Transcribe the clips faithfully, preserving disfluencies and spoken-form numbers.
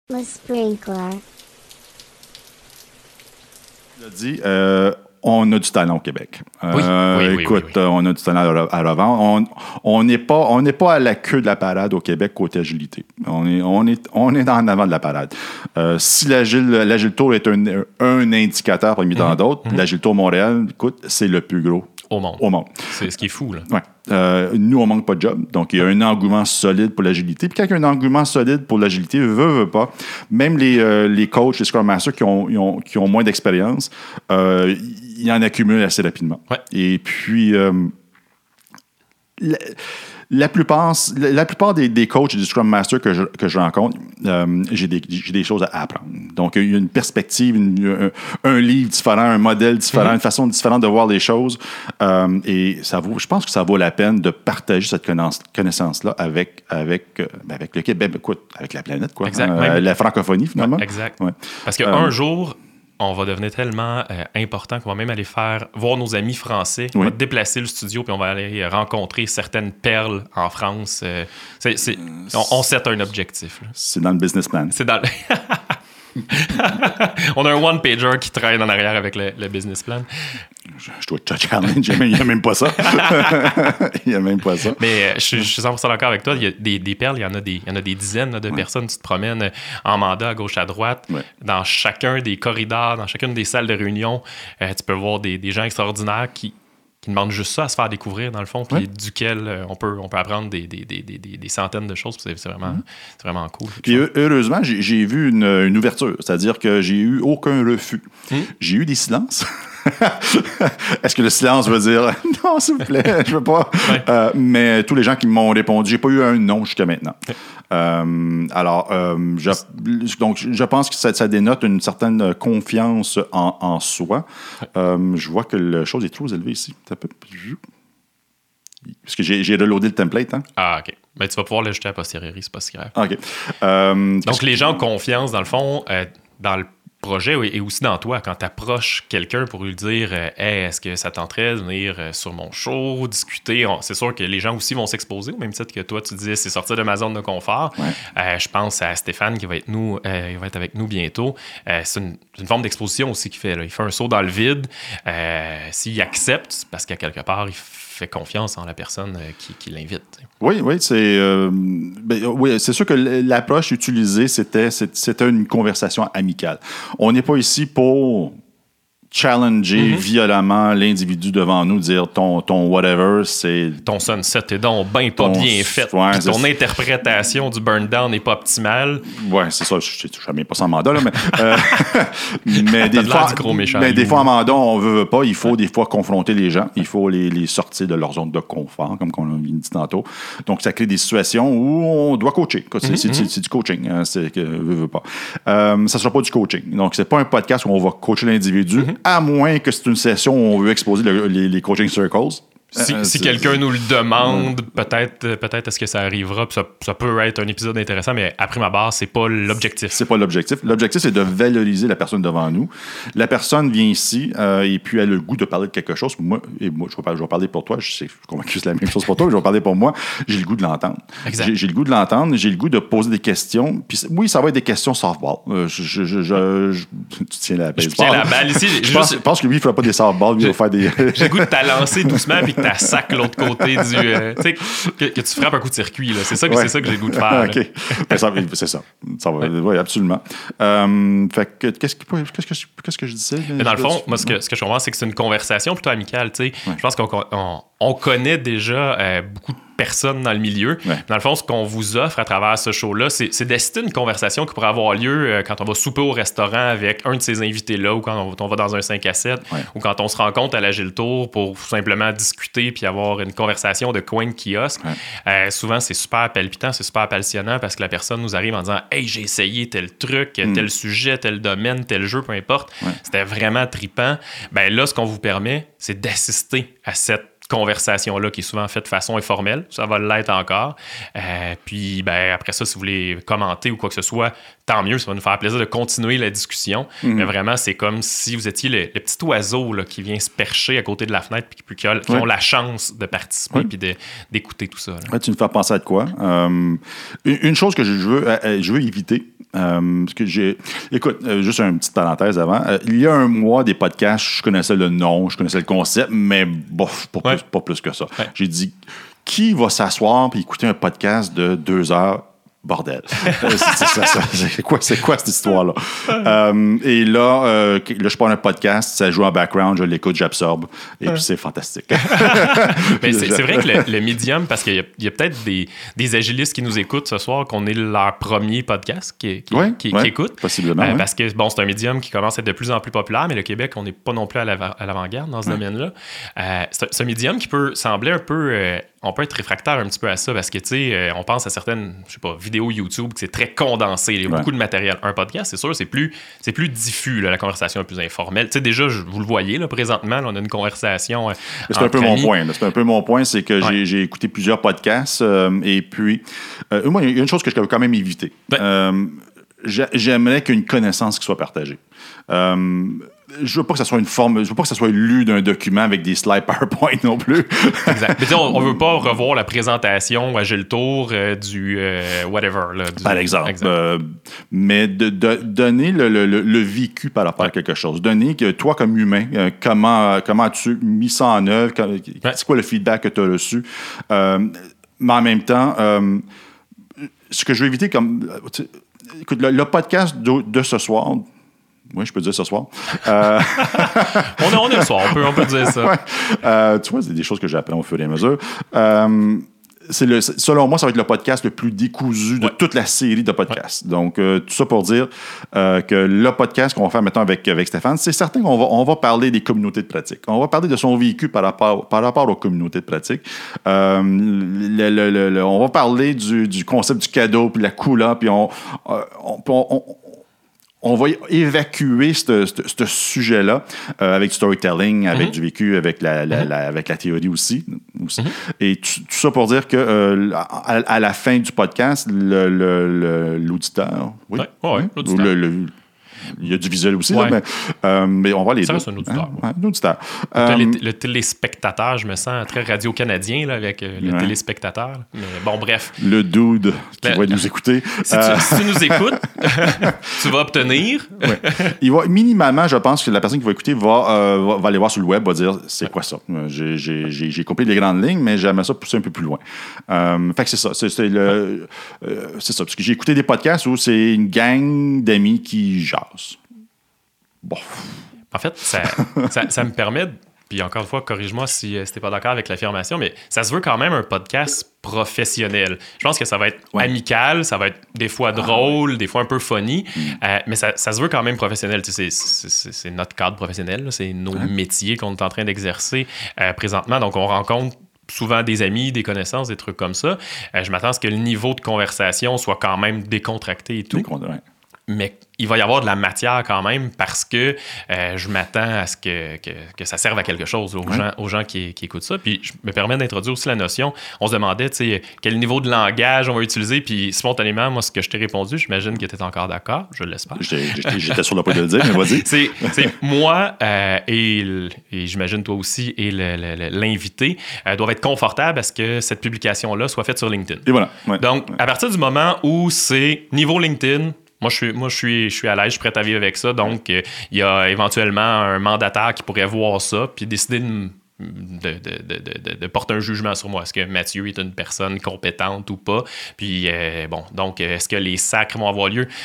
Le sprinkler. Tu l'as dit, euh, on a du talent au Québec. Oui, Euh, oui, oui, écoute, oui, oui. euh, on a du talent à, re- à revendre. On n'est pas, on n'est pas à la queue de la parade au Québec côté agilité. On est, on est, on est en avant de la parade. Euh, si l'Agile, l'Agile Tour est un, un indicateur parmi tant d'autres, l'Agile Tour Montréal, écoute, c'est le plus gros Au monde. au monde. C'est ce qui est fou, là. Ouais. Euh, nous, on manque pas de job. Donc, il y a un engouement solide pour l'agilité. Puis, quand il y a un engouement solide pour l'agilité, veut, veut pas, même les, euh, les coachs, les Scrum Masters qui ont, ils ont, qui ont moins d'expérience, euh, ils en accumulent assez rapidement. Ouais. Et puis, euh, la, la plupart, la, la plupart des, des coachs et des Scrum Masters que je, que je rencontre, euh, j'ai, des, j'ai des choses à apprendre. Donc, il y a une perspective, une, un, un livre différent, un modèle différent, mm-hmm. une façon différente de voir les choses. Euh, et ça vaut, je pense que ça vaut la peine de partager cette connaissance, connaissance-là avec, avec, euh, avec le Québec, écoute, avec la planète, quoi. Exact. Euh, Même, la francophonie, finalement. Ouais, exact. Ouais. Parce qu'un euh, jour, on va devenir tellement euh, important qu'on va même aller faire voir nos amis français. On oui. va déplacer le studio puis on va aller rencontrer certaines perles en France. Euh, c'est, c'est, on, on set un objectif. Là. C'est dans le business plan. C'est dans le... On a un one-pager qui traîne en arrière avec le, le business plan. Je, je dois te challenge. Il n'y a même pas ça. Il n'y a même pas ça. Mais je, je suis cent pour cent d'accord avec toi. Il y a des, des perles, il y en a des, il y en a des dizaines là, de ouais. personnes. Tu te promènes en mandat à gauche, à droite. Ouais. Dans chacun des corridors, dans chacune des salles de réunion, euh, tu peux voir des, des gens extraordinaires qui qui demandent juste ça à se faire découvrir, dans le fond, puis ouais. duquel euh, on, peut, on peut apprendre des, des, des, des, des centaines de choses. C'est, c'est, vraiment, mmh. c'est vraiment cool. Puis heureusement, j'ai, j'ai vu une, une ouverture, c'est-à-dire que j'ai eu aucun refus. Mmh. J'ai eu des silences. Est-ce que le silence veut dire « Non, s'il vous plaît, je veux pas ouais. ». Euh, mais tous les gens qui m'ont répondu, j'ai pas eu un non jusqu'à maintenant. Ouais. Euh, alors, euh, je, donc, je pense que ça, ça dénote une certaine confiance en, en soi. Ouais. Euh, je vois que la chose est trop élevée ici. Parce que j'ai, j'ai reloadé le template. Hein? Ah, OK. Mais tu vas pouvoir l'ajouter à posteriori, c'est pas si grave. OK. Euh, donc, les gens ont confiance, dans le fond, euh, dans le projet et aussi dans toi, quand tu approches quelqu'un pour lui dire euh, hey, est-ce que ça tenterait de venir euh, sur mon show, discuter, on, c'est sûr que les gens aussi vont s'exposer, au même titre que toi, tu disais c'est sortir de ma zone de confort. Ouais. Euh, je pense à Stéphane qui va être, nous, euh, il va être avec nous bientôt. Euh, c'est, une, c'est une forme d'exposition aussi qu'il fait. Là. Il fait un saut dans le vide. Euh, s'il accepte, parce qu'à quelque part, il fait confiance en la personne euh, qui, qui l'invite. Oui, oui, c'est, euh, ben, oui, c'est sûr que l'approche utilisée, c'était, c'était une conversation amicale. On n'est pas ici pour challenger mm-hmm. violemment l'individu devant nous, dire ton, ton whatever, c'est... Ton sunset est donc ben pas ton, bien fait. Ouais, ton c'est... interprétation du burn down n'est pas optimale. Oui, c'est ça. Je ne sais même pas sans mandat, là, mais... Euh, mais des fois, mais des fois, en mandat, on veut, veut pas. Il faut des fois confronter les gens. Il faut les, les sortir de leur zone de confort, comme on l'a dit tantôt. Donc, ça crée des situations où on doit coacher. C'est, mm-hmm. c'est, c'est, c'est du coaching. Hein, c'est que veut, veut pas. Euh, ça ne sera pas du coaching. Donc, c'est pas un podcast où on va coacher l'individu, mm-hmm. à moins que c'est une session où on veut exposer le, les, les coaching circles. Si, euh, si quelqu'un nous le demande, ouais. peut-être, peut-être est-ce que ça arrivera, puis ça, ça peut être un épisode intéressant, mais à prime abord, c'est pas l'objectif. C'est pas l'objectif. L'objectif, c'est de valoriser la personne devant nous. La personne vient ici euh, et puis elle a le goût de parler de quelque chose. Moi, et moi je, vais parler, je vais parler pour toi. Je sais, je suis convaincu que c'est la même chose pour toi, mais je vais parler pour moi. J'ai le goût de l'entendre. J'ai, j'ai le goût de l'entendre. J'ai le goût de poser des questions. Puis oui, ça va être des questions softball. Euh, je, je, je, je, je, tu tiens la baseball. Je tiens la balle ici. Je pense, juste... pense que lui, il fera pas des softballs. Lui, il va faire des... J'ai le goût de t'alancer doucement puis que tu sacs l'autre côté du... Euh, tu sais, que, que tu frappes un coup de circuit. Là. C'est, ça que, ouais. c'est ça que j'ai le goût de faire. OK. Ben, ça, c'est ça. ça va, ouais. Oui, absolument. Euh, fait que, qu'est-ce, que, qu'est-ce, que, qu'est-ce que je disais? Mais dans le fond, moi, ce que, ce que je comprends, c'est que c'est une conversation plutôt amicale. Tu sais. Ouais. Je pense qu'on on, on connaît déjà euh, beaucoup de personne dans le milieu. Ouais. Dans le fond, ce qu'on vous offre à travers ce show-là, c'est, c'est d'assister une conversation qui pourrait avoir lieu euh, quand on va souper au restaurant avec un de ces invités-là ou quand on, on va dans un cinq à sept ouais. ou quand on se rencontre à l'Agile Tour pour simplement discuter puis avoir une conversation de coin de kiosque. Ouais. Euh, souvent, c'est super palpitant, c'est super passionnant parce que la personne nous arrive en disant « Hey, j'ai essayé tel truc, mm. tel sujet, tel domaine, tel jeu, peu importe. Ouais. C'était vraiment trippant. » Ben là, ce qu'on vous permet, c'est d'assister à cette conversation-là qui est souvent faite de façon informelle. Ça va l'être encore. Euh, puis, ben, après ça, si vous voulez commenter ou quoi que ce soit, tant mieux. Ça va nous faire plaisir de continuer la discussion. Mm-hmm. Mais vraiment, c'est comme si vous étiez le, le petit oiseau là, qui vient se percher à côté de la fenêtre puis qui, a, qui ouais. ont la chance de participer puis de, d'écouter tout ça. Ouais, tu me fais penser à de quoi? Euh, une, une chose que je veux, je veux éviter, Euh, parce que j'ai... Écoute, euh, juste une petite parenthèse avant. Euh, il y a un mois, des podcasts, je connaissais le nom, je connaissais le concept, mais bof, pas, ouais. plus, pas plus que ça. Ouais. J'ai dit, qui va s'asseoir et écouter un podcast de deux heures? Bordel. c'est, c'est, c'est, c'est, c'est, quoi, c'est quoi cette histoire-là? euh, et là, euh, là, je prends un podcast, ça joue en background, je l'écoute, j'absorbe, et puis c'est fantastique. Mais c'est, c'est vrai que le, le Medium, parce qu'il y a, il y a peut-être des, des agilistes qui nous écoutent ce soir, qu'on est leur premier podcast qui, qui, oui, qui, oui, qui écoutent. Possiblement. Euh, oui. Parce que, bon, c'est un médium qui commence à être de plus en plus populaire, mais le Québec, on n'est pas non plus à, l'avant, à l'avant-garde dans ce oui. domaine-là. Euh, c'est, c'est un médium qui peut sembler un peu... Euh, on peut être réfractaire un petit peu à ça parce que, tu sais, euh, on pense à certaines, je sais pas, vidéos YouTube que c'est très condensé. Il y a ouais. beaucoup de matériel. Un podcast, c'est sûr, c'est plus, c'est plus diffus. Là, la conversation est plus informelle. Tu sais, déjà, je, vous le voyez, là, présentement, là, on a une conversation. Euh, c'est un peu amis. mon point. Là. C'est un peu mon point, c'est que ouais. j'ai, j'ai écouté plusieurs podcasts euh, et puis, euh, moi, il y a une chose que je veux quand même éviter. Ben, euh, j'aimerais qu'il y ait une connaissance qui soit partagée. Euh, je veux pas que ça soit une forme, je veux pas que ça soit lu d'un document avec des slides PowerPoint non plus. Exact. Mais on, on veut pas revoir la présentation à Gilles Tour euh, du euh, whatever. Là, du, par exemple. Euh, mais de, de donner le, le, le vécu par rapport à quelque chose. Donner que toi, comme humain, euh, comment, comment as-tu mis ça en œuvre? Quand, ouais. C'est quoi le feedback que tu as reçu? Euh, mais en même temps, euh, ce que je veux éviter comme... Écoute, le, le podcast de, de ce soir... Oui, je peux dire ce soir. Euh... on, est, on est le soir, on peut, on peut dire ça. Ouais. Euh, tu vois, c'est des choses que j'apprends au fur et à mesure. Euh, c'est le, selon moi, ça va être le podcast le plus décousu de ouais. toute la série de podcasts. Ouais. Donc, euh, tout ça pour dire euh, que le podcast qu'on va faire maintenant avec, avec Stéphane, c'est certain qu'on va, on va parler des communautés de pratique. On va parler de son vécu par rapport, par rapport aux communautés de pratique. Euh, le, le, le, le, on va parler du, du concept du cadeau, puis la couleur, puis on... on, on, on On va évacuer ce sujet-là euh, avec du storytelling, avec mm-hmm. du vécu, avec la, la, mm-hmm. la, avec la théorie aussi. aussi. Mm-hmm. Et tout, tout ça pour dire que euh, à, à la fin du podcast, le, le, le, l'auditeur... Oui, ouais, ouais, hein? l'auditeur. Le, le, il y a du visuel aussi, ouais. là, mais, euh, mais on va les ça deux. Ça, c'est un auditeur. Hein? Ouais, un auditeur. Le, euh, télé, le téléspectateur, je me sens très radio-canadien là, avec euh, le ouais. téléspectateur. Mais bon, bref. Le dude qui le, va nous écouter. Si, euh... tu, si tu nous écoutes, tu vas obtenir. ouais. Il va, minimalement, je pense que la personne qui va écouter va, euh, va, va aller voir sur le web, va dire c'est ouais. quoi ça. J'ai, j'ai, j'ai, j'ai compris les grandes lignes, mais j'aimerais ça pousser un peu plus loin. Euh, fait que c'est ça. C'est, c'est, le, ouais. euh, c'est ça. Parce que j'ai écouté des podcasts où c'est une gang d'amis qui jasent. Bon. En fait, ça, ça, ça me permet, puis encore une fois, corrige-moi si, si t'es pas d'accord avec l'affirmation, mais ça se veut quand même un podcast professionnel. Je pense que ça va être ouais. amical, ça va être des fois drôle, ah, ouais. des fois un peu funny, mm. euh, mais ça, ça se veut quand même professionnel. Tu sais, c'est, c'est, c'est notre cadre professionnel, là, c'est nos ouais. métiers qu'on est en train d'exercer euh, présentement, donc on rencontre souvent des amis, des connaissances, des trucs comme ça. Euh, je m'attends à ce que le niveau de conversation soit quand même décontracté et tout. Décont- ouais. Mais il va y avoir de la matière quand même parce que euh, je m'attends à ce que, que, que ça serve à quelque chose aux, ouais. gens, aux gens qui, qui écoutent ça. Puis je me permets d'introduire aussi la notion. On se demandait, tu sais, quel niveau de langage on va utiliser. Puis spontanément, moi, ce que je t'ai répondu, j'imagine que tu es encore d'accord. Je l'espère. J'étais, j'étais, j'étais sur le point de le dire, mais vas-y. c'est, c'est moi euh, et, et j'imagine toi aussi et le, le, l'invité euh, doivent être confortables à ce que cette publication-là soit faite sur LinkedIn. Et voilà. Ouais. Donc, ouais. à partir du moment où c'est niveau LinkedIn, Moi, je suis, moi, je suis, je suis à l'aise, je suis prêt à vivre avec ça. Donc, il euh, y a éventuellement un mandataire qui pourrait voir ça puis décider de, de, de, de, de, de porter un jugement sur moi. Est-ce que Mathieu est une personne compétente ou pas? Puis, euh, bon, donc, est-ce que les sacres vont avoir lieu?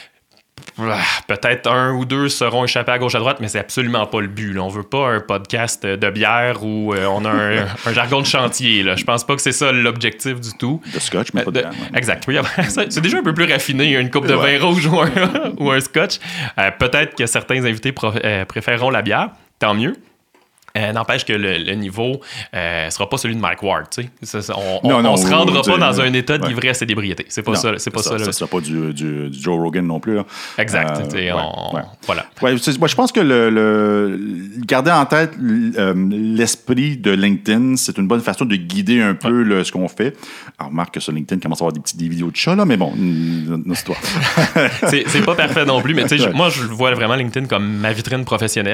Peut-être un ou deux seront échappés à gauche à droite, mais c'est absolument pas le but. Là. On veut pas un podcast de bière où euh, on a un, un jargon de chantier. Là. Je pense pas que c'est ça l'objectif du tout. De scotch, mais pas de, de bière. Exact. Oui, c'est déjà un peu plus raffiné, une coupe de ouais. vin rouge ou un, ou un scotch. Euh, peut-être que certains invités prof, euh, préféreront la bière. Tant mieux. Euh, n'empêche que le, le niveau ne euh, sera pas celui de Mike Ward. Tu sais. Ça, on non, ne se rendra ou, pas dans un état ouais. d'ivresse et d'ébriété. C'est pas non, ça. C'est pas ça. Ça ne sera pas du, du, du Joe Rogan non plus. Là. Exact. Euh, ouais, on, ouais. Voilà. Ouais, moi, je pense que le, le, garder en tête euh, l'esprit de LinkedIn, c'est une bonne façon de guider un peu ouais. le, ce qu'on fait. Alors, remarque que sur LinkedIn, il commence à avoir des petites des vidéos de chats, là, mais bon, non, c'est toi. c'est, c'est pas parfait non plus, mais tu sais, ouais. moi, je vois vraiment LinkedIn comme ma vitrine professionnelle.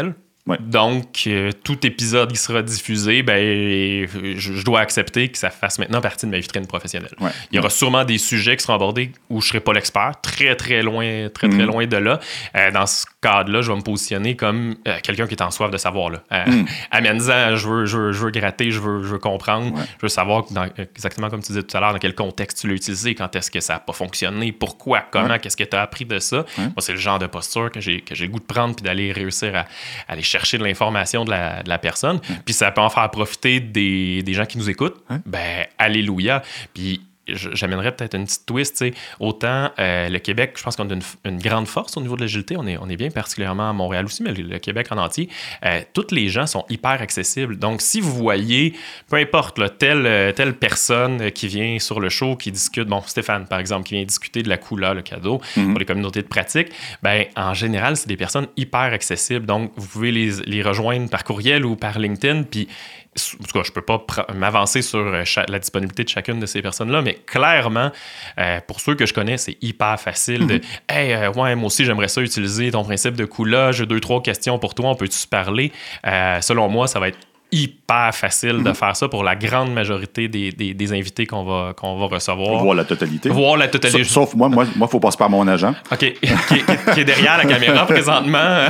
Ouais. Donc, euh, tout épisode qui sera diffusé, ben, je, je dois accepter que ça fasse maintenant partie de ma vitrine professionnelle. Ouais. Il y aura sûrement des sujets qui seront abordés où je ne serai pas l'expert, très, très loin, très, très mm. loin de là. Euh, dans ce cadre-là, je vais me positionner comme euh, quelqu'un qui est en soif de savoir. Là. Euh, mm. Amène-en, je veux, je, veux, je veux gratter, je veux, je veux comprendre, ouais. je veux savoir dans, exactement comme tu disais tout à l'heure, dans quel contexte tu l'as utilisé, quand est-ce que ça n'a pas fonctionné, pourquoi, comment, ouais. qu'est-ce que tu as appris de ça. Ouais. Moi, c'est le genre de posture que j'ai, que j'ai le goût de prendre puis d'aller réussir à, à aller chercher de l'information de la, de la personne. Ouais. Puis ça peut en faire profiter des, des gens qui nous écoutent. Ouais. Ben, alléluia. Puis j'amènerais peut-être une petite twist, tu sais. Autant euh, le Québec, je pense qu'on a une, une grande force au niveau de l'agilité. On est, on est bien, particulièrement à Montréal aussi, mais le, le Québec en entier. Euh, tous les gens sont hyper accessibles. Donc, si vous voyez, peu importe, là, telle, telle personne qui vient sur le show, qui discute, bon, Stéphane, par exemple, qui vient discuter de la couleur, le cadeau, mm-hmm. pour les communautés de pratique, ben en général, c'est des personnes hyper accessibles. Donc, vous pouvez les, les rejoindre par courriel ou par LinkedIn, puis en tout cas, je ne peux pas pr- m'avancer sur cha- la disponibilité de chacune de ces personnes-là, mais clairement, euh, pour ceux que je connais, c'est hyper facile de mm-hmm. « Hey, euh, ouais, moi aussi, j'aimerais ça utiliser ton principe de coup-là, j'ai deux, trois questions pour toi, on peut-tu se parler? Euh, » Selon moi, ça va être hyper facile mm-hmm. de faire ça pour la grande majorité des, des, des invités qu'on va, qu'on va recevoir. Voir la totalité. Voir la totalité. Sauf, sauf moi, moi, il faut passer par mon agent. OK, qui, qui, qui est derrière la caméra présentement.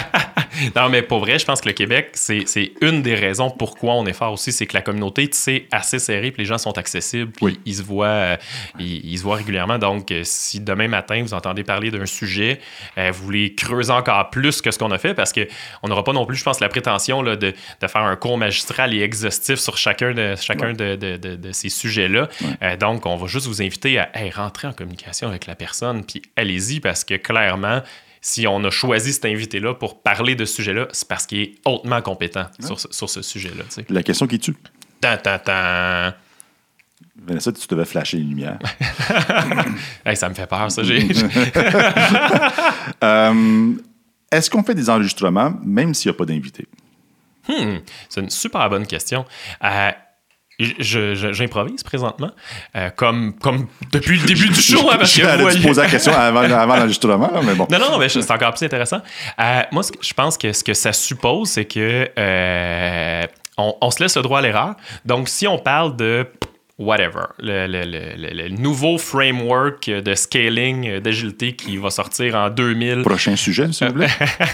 Non, mais pour vrai, je pense que le Québec, c'est, c'est une des raisons pourquoi on est fort aussi, c'est que la communauté, tu sais, assez serrée, puis les gens sont accessibles, puis oui. ils se voient, euh, ils, ils se voient régulièrement. Donc, euh, si demain matin, vous entendez parler d'un sujet, euh, vous voulez creuser encore plus que ce qu'on a fait, parce qu'on n'aura pas non plus, je pense, la prétention là, de, de faire un cours magistral et exhaustif sur chacun de, chacun ouais. de, de, de, de ces sujets-là. Ouais. Euh, donc, on va juste vous inviter à hey, rentrer en communication avec la personne, puis allez-y, parce que clairement, si on a choisi cet invité-là pour parler de ce sujet-là, c'est parce qu'il est hautement compétent ouais. sur, sur ce sujet-là. Tu sais. La question qui tue. Tan, tan, tan. Vanessa, tu devais flasher les lumières. Hey, ça me fait peur, ça. J'ai... euh, est-ce qu'on fait des enregistrements même s'il n'y a pas d'invité? Hmm, c'est une super bonne question. Euh, Je, je, j'improvise présentement, euh, comme, comme depuis le début du show. Hein, parce je que te poser la question avant, avant l'enregistrement, là, mais bon. Non, non, mais c'est encore plus intéressant. Euh, moi, je pense que ce que ça suppose, c'est que euh, on, on se laisse le droit à l'erreur. Donc, si on parle de whatever, le, le, le, le nouveau framework de scaling d'agilité qui va sortir en deux mille. Prochain sujet, s'il vous plaît.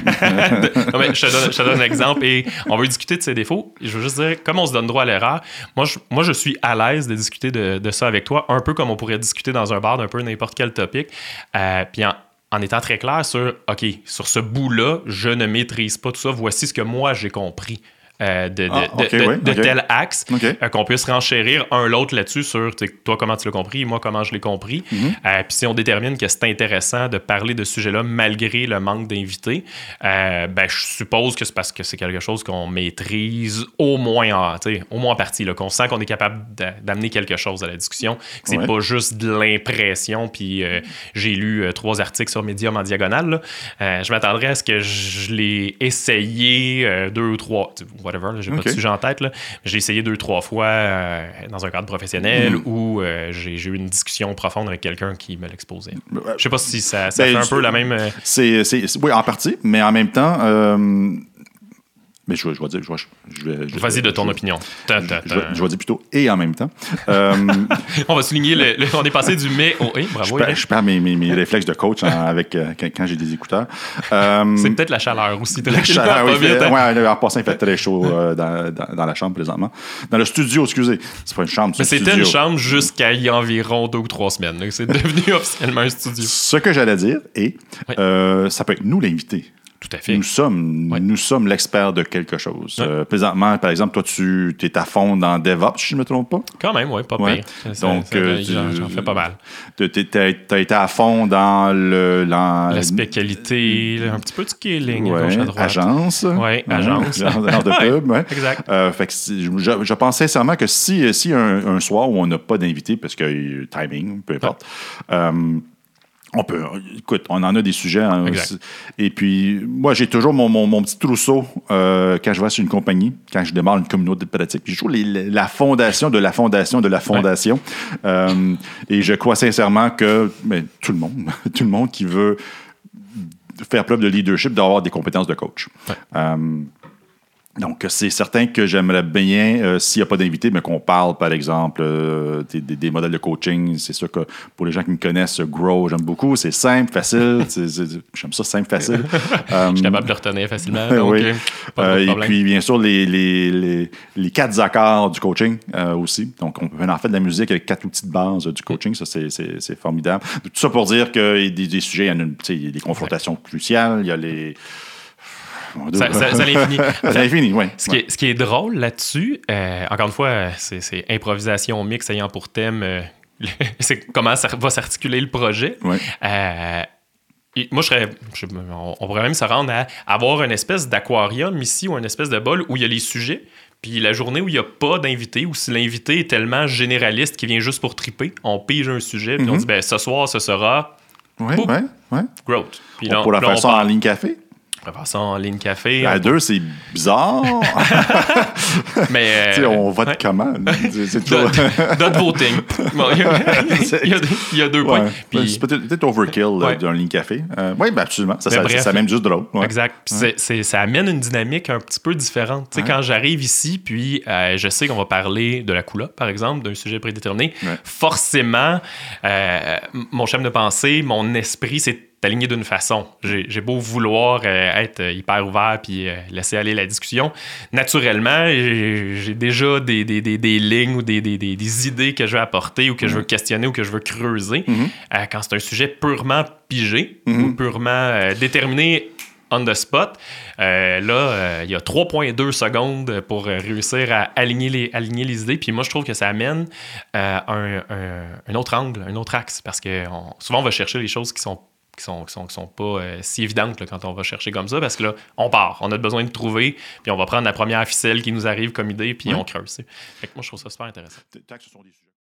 Non, mais je, te donne, je te donne un exemple et on veut discuter de ses défauts. Je veux juste dire, comme on se donne droit à l'erreur, moi je, moi, je suis à l'aise de discuter de, de ça avec toi, un peu comme on pourrait discuter dans un bar d'un peu n'importe quel topic. Euh, puis en, en étant très clair sur, OK, sur ce bout-là, je ne maîtrise pas tout ça. Voici ce que moi, j'ai compris. Euh, de, de, ah, okay, de, oui, de okay. tel axe, okay. euh, qu'on puisse renchérir un l'autre là-dessus sur toi comment tu l'as compris, moi comment je l'ai compris. Mm-hmm. Euh, puis si on détermine que c'est intéressant de parler de ce sujet-là malgré le manque d'invités, euh, ben, je suppose que c'est parce que c'est quelque chose qu'on maîtrise au moins en, au moins en partie, là, qu'on sent qu'on est capable d'amener quelque chose à la discussion, que c'est ouais. pas juste de l'impression, puis euh, j'ai lu euh, trois articles sur Medium en diagonale. Là. Euh, je m'attendrais à ce que je l'ai essayé euh, deux ou trois... whatever, là, j'ai okay. pas de sujet en tête, là. J'ai essayé deux, trois fois euh, dans un cadre professionnel mm. où euh, j'ai, j'ai eu une discussion profonde avec quelqu'un qui me l'exposait. Je sais pas si ça, ça ben, fait un peu la même... Euh... C'est, c'est, c'est, oui, en partie, mais en même temps... Euh... Mais je, je vais dire, je vais, je vais, je, Vas-y de ton je, opinion. Je, je, je, je vais dire plutôt et en même temps. Euh, on va souligner, le, le, on est passé du mais au et, bravo. Je perds, je perds mes, mes, mes réflexes de coach hein, avec, euh, quand, quand j'ai des écouteurs. Euh, c'est peut-être la chaleur aussi. La chaleur, oui. Fait, hein. ouais, en passant, il fait très chaud euh, dans, dans, dans la chambre présentement. Dans le studio, excusez. C'est pas une chambre, c'est mais c'était studio. Une chambre jusqu'à il y a environ deux ou trois semaines. Là. C'est devenu officiellement un studio. Ce que j'allais dire est, ouais. euh, ça peut être nous l'invité. Tout à fait. Nous sommes, ouais. nous sommes l'expert de quelque chose. Ouais. Euh, présentement, par exemple, toi, tu es à fond dans DevOps, si je ne me trompe pas. Quand même, oui, pas ouais. pire. Donc, ça, euh, j'en, j'en fais pas mal. Tu as été à fond dans le... Dans l'aspect qualité, un petit peu de scaling, ouais. gauche à droite. Agence. Oui, ouais, agence. Genre de pub, ouais. Exact. Euh, fait que je, je pense sincèrement que si, si un, un soir où on n'a pas d'invité, parce que euh, timing, peu importe, ouais. euh, on peut, écoute, on en a des sujets. Hein, et puis, moi, j'ai toujours mon, mon, mon petit trousseau euh, quand je vais sur une compagnie, quand je démarre une communauté de pratique. J'ai toujours les, la fondation de la fondation de la fondation. Ouais. Euh, et je crois sincèrement que ben, tout le monde, tout le monde qui veut faire preuve de leadership, d'avoir des compétences de coach. Ouais. Euh, Donc, c'est certain que j'aimerais bien, euh, s'il n'y a pas d'invité, mais qu'on parle, par exemple, euh, des, des, des modèles de coaching. C'est sûr que pour les gens qui me connaissent, Grow, j'aime beaucoup. C'est simple, facile. c'est, c'est, j'aime ça, simple, facile. euh, Je suis capable de le retenir facilement. Donc, oui. pas de euh, et puis, bien sûr, les, les, les, les quatre accords du coaching euh, aussi. Donc, on peut en faire de la musique avec quatre outils de base euh, du coaching. Ça, c'est, c'est, c'est formidable. Tout ça pour dire qu'il y a des, des sujets, il y, a une, il y a des confrontations cruciales, il y a les... Ça, ça, ça l'infini. Ça l'infini, oui. Ce, qui est, ce qui est drôle là-dessus, euh, encore une fois, c'est, c'est improvisation mix ayant pour thème euh, c'est comment ça va s'articuler le projet. Ouais. Euh, et moi, je serais, je, on, on pourrait même se rendre à avoir une espèce d'aquarium ici ou une espèce de bol où il y a les sujets. Puis la journée où il n'y a pas d'invité, ou si l'invité est tellement généraliste qu'il vient juste pour triper, on pige un sujet, puis mm-hmm. on dit ben, ce soir, ce sera ouais, ouais, ouais. growth. Puis on là, pourrait là, faire on ça parle. En ligne café. On va faire ça en ligne café. À on... deux, c'est bizarre. Mais euh, tu sais, on vote ouais. comment? C'est, c'est toujours... Dot voting. Bon, il, y a, il, y a, il y a deux ouais. points. Puis... C'est peut-être, peut-être overkill ouais. d'un ligne café. Euh, oui, ben absolument. Ça, ça, bref, ça amène juste drôle. Ouais. Exact. Puis ouais. c'est, c'est, ça amène une dynamique un petit peu différente. Tu sais, ouais. quand j'arrive ici, puis euh, je sais qu'on va parler de la coula, par exemple, d'un sujet prédéterminé, ouais. forcément, euh, mon schéma de pensée, mon esprit, c'est aligné d'une façon. J'ai, j'ai beau vouloir euh, être hyper ouvert puis euh, laisser aller la discussion. Naturellement, j'ai, j'ai déjà des, des, des, des lignes ou des, des, des, des idées que je veux apporter ou que mm-hmm. je veux questionner ou que je veux creuser. Mm-hmm. Euh, quand c'est un sujet purement pigé mm-hmm. ou purement euh, déterminé on the spot, euh, là, euh, il y a trois virgule deux secondes pour euh, réussir à aligner les, aligner les idées. Puis moi, je trouve que ça amène euh, un, un, un autre angle, un autre axe. Parce que on, souvent, on va chercher les choses qui sont qui sont, qui sont, qui sont pas euh, si évidentes là, quand on va chercher comme ça, parce que là, on part. On a besoin de trouver, puis on va prendre la première ficelle qui nous arrive comme idée, puis oui. on creuse. Fait que moi, je trouve ça super intéressant. Ce sont des sujets.